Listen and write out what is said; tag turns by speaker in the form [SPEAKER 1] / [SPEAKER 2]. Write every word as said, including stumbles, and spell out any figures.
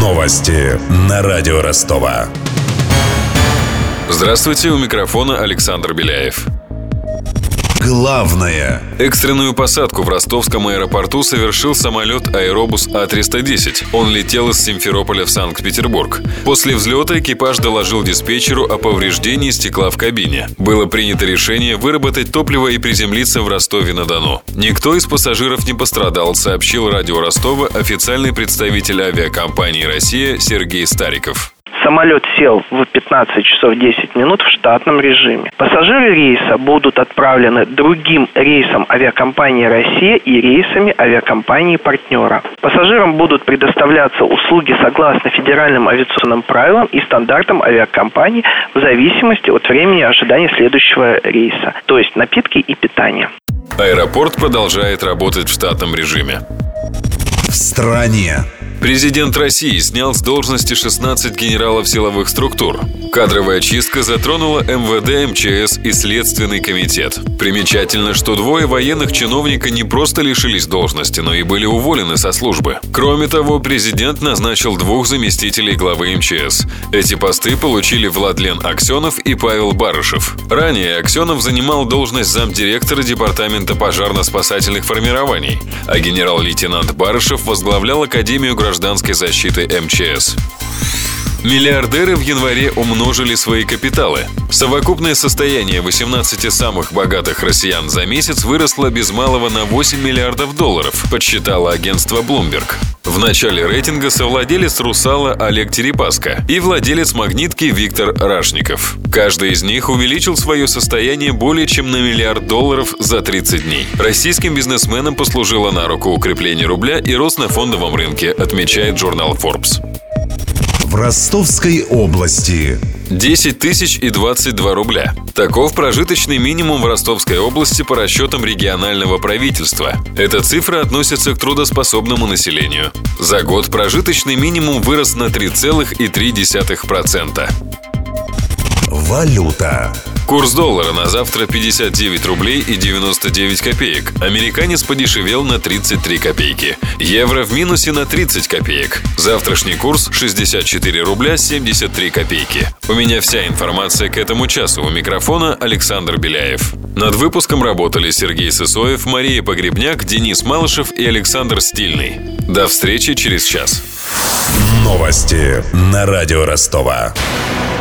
[SPEAKER 1] Новости на радио Ростова.
[SPEAKER 2] Здравствуйте, у микрофона Александр Беляев.
[SPEAKER 1] Главное.
[SPEAKER 2] Экстренную посадку в ростовском аэропорту совершил самолет Аэробус А триста десять. Он летел из Симферополя в Санкт-Петербург. После взлета экипаж доложил диспетчеру о повреждении стекла в кабине. Было принято решение выработать топливо и приземлиться в Ростове-на-Дону. Никто из пассажиров не пострадал, сообщил радио Ростова официальный представитель авиакомпании «Россия» Сергей Стариков.
[SPEAKER 3] Самолет сел в пятнадцать часов десять минут в штатном режиме. Пассажиры рейса будут отправлены другим рейсом авиакомпании «Россия» и рейсами авиакомпании «Партнера». Пассажирам будут предоставляться услуги согласно федеральным авиационным правилам и стандартам авиакомпаний в зависимости от времени ожидания следующего рейса, то есть напитки и питание.
[SPEAKER 2] Аэропорт продолжает работать в штатном режиме.
[SPEAKER 1] В стране.
[SPEAKER 2] Президент России снял с должности шестнадцать генералов силовых структур. Кадровая чистка затронула эм вэ дэ, эм че эс и Следственный комитет. Примечательно, что двое военных чиновника не просто лишились должности, но и были уволены со службы. Кроме того, президент назначил двух заместителей главы эм че эс. Эти посты получили Владлен Аксенов и Павел Барышев. Ранее Аксенов занимал должность замдиректора Департамента пожарно-спасательных формирований, а генерал-лейтенант Барышев возглавлял Академию гражданской защиты эм че эс. Миллиардеры в январе умножили свои капиталы. Совокупное состояние восемнадцати самых богатых россиян за месяц выросло без малого на восемь миллиардов долларов, подсчитало агентство Bloomberg. В начале рейтинга совладелец «Русала» Олег Терепаска и владелец «Магнитки» Виктор Рашников. Каждый из них увеличил свое состояние более чем на миллиард долларов за тридцать дней. Российским бизнесменам послужило на руку укрепление рубля и рост на фондовом рынке, отмечает журнал Forbes.
[SPEAKER 1] В Ростовской области.
[SPEAKER 2] десять тысяч и двадцать два рубля. Таков прожиточный минимум в Ростовской области по расчетам регионального правительства. Эта цифра относится к трудоспособному населению. За год прожиточный минимум вырос на три целых три десятых процента.
[SPEAKER 1] Валюта.
[SPEAKER 2] Курс доллара на завтра пятьдесят девять рублей и девяносто девять копеек. Американец подешевел на тридцать три копейки. Евро в минусе на тридцать копеек. Завтрашний курс шестьдесят четыре рубля семьдесят три копейки. У меня вся информация к этому часу. У микрофона Александр Беляев. Над выпуском работали Сергей Сысоев, Мария Погребняк, Денис Малышев и Александр Стильный. До встречи через час.
[SPEAKER 1] Новости на радио Ростова.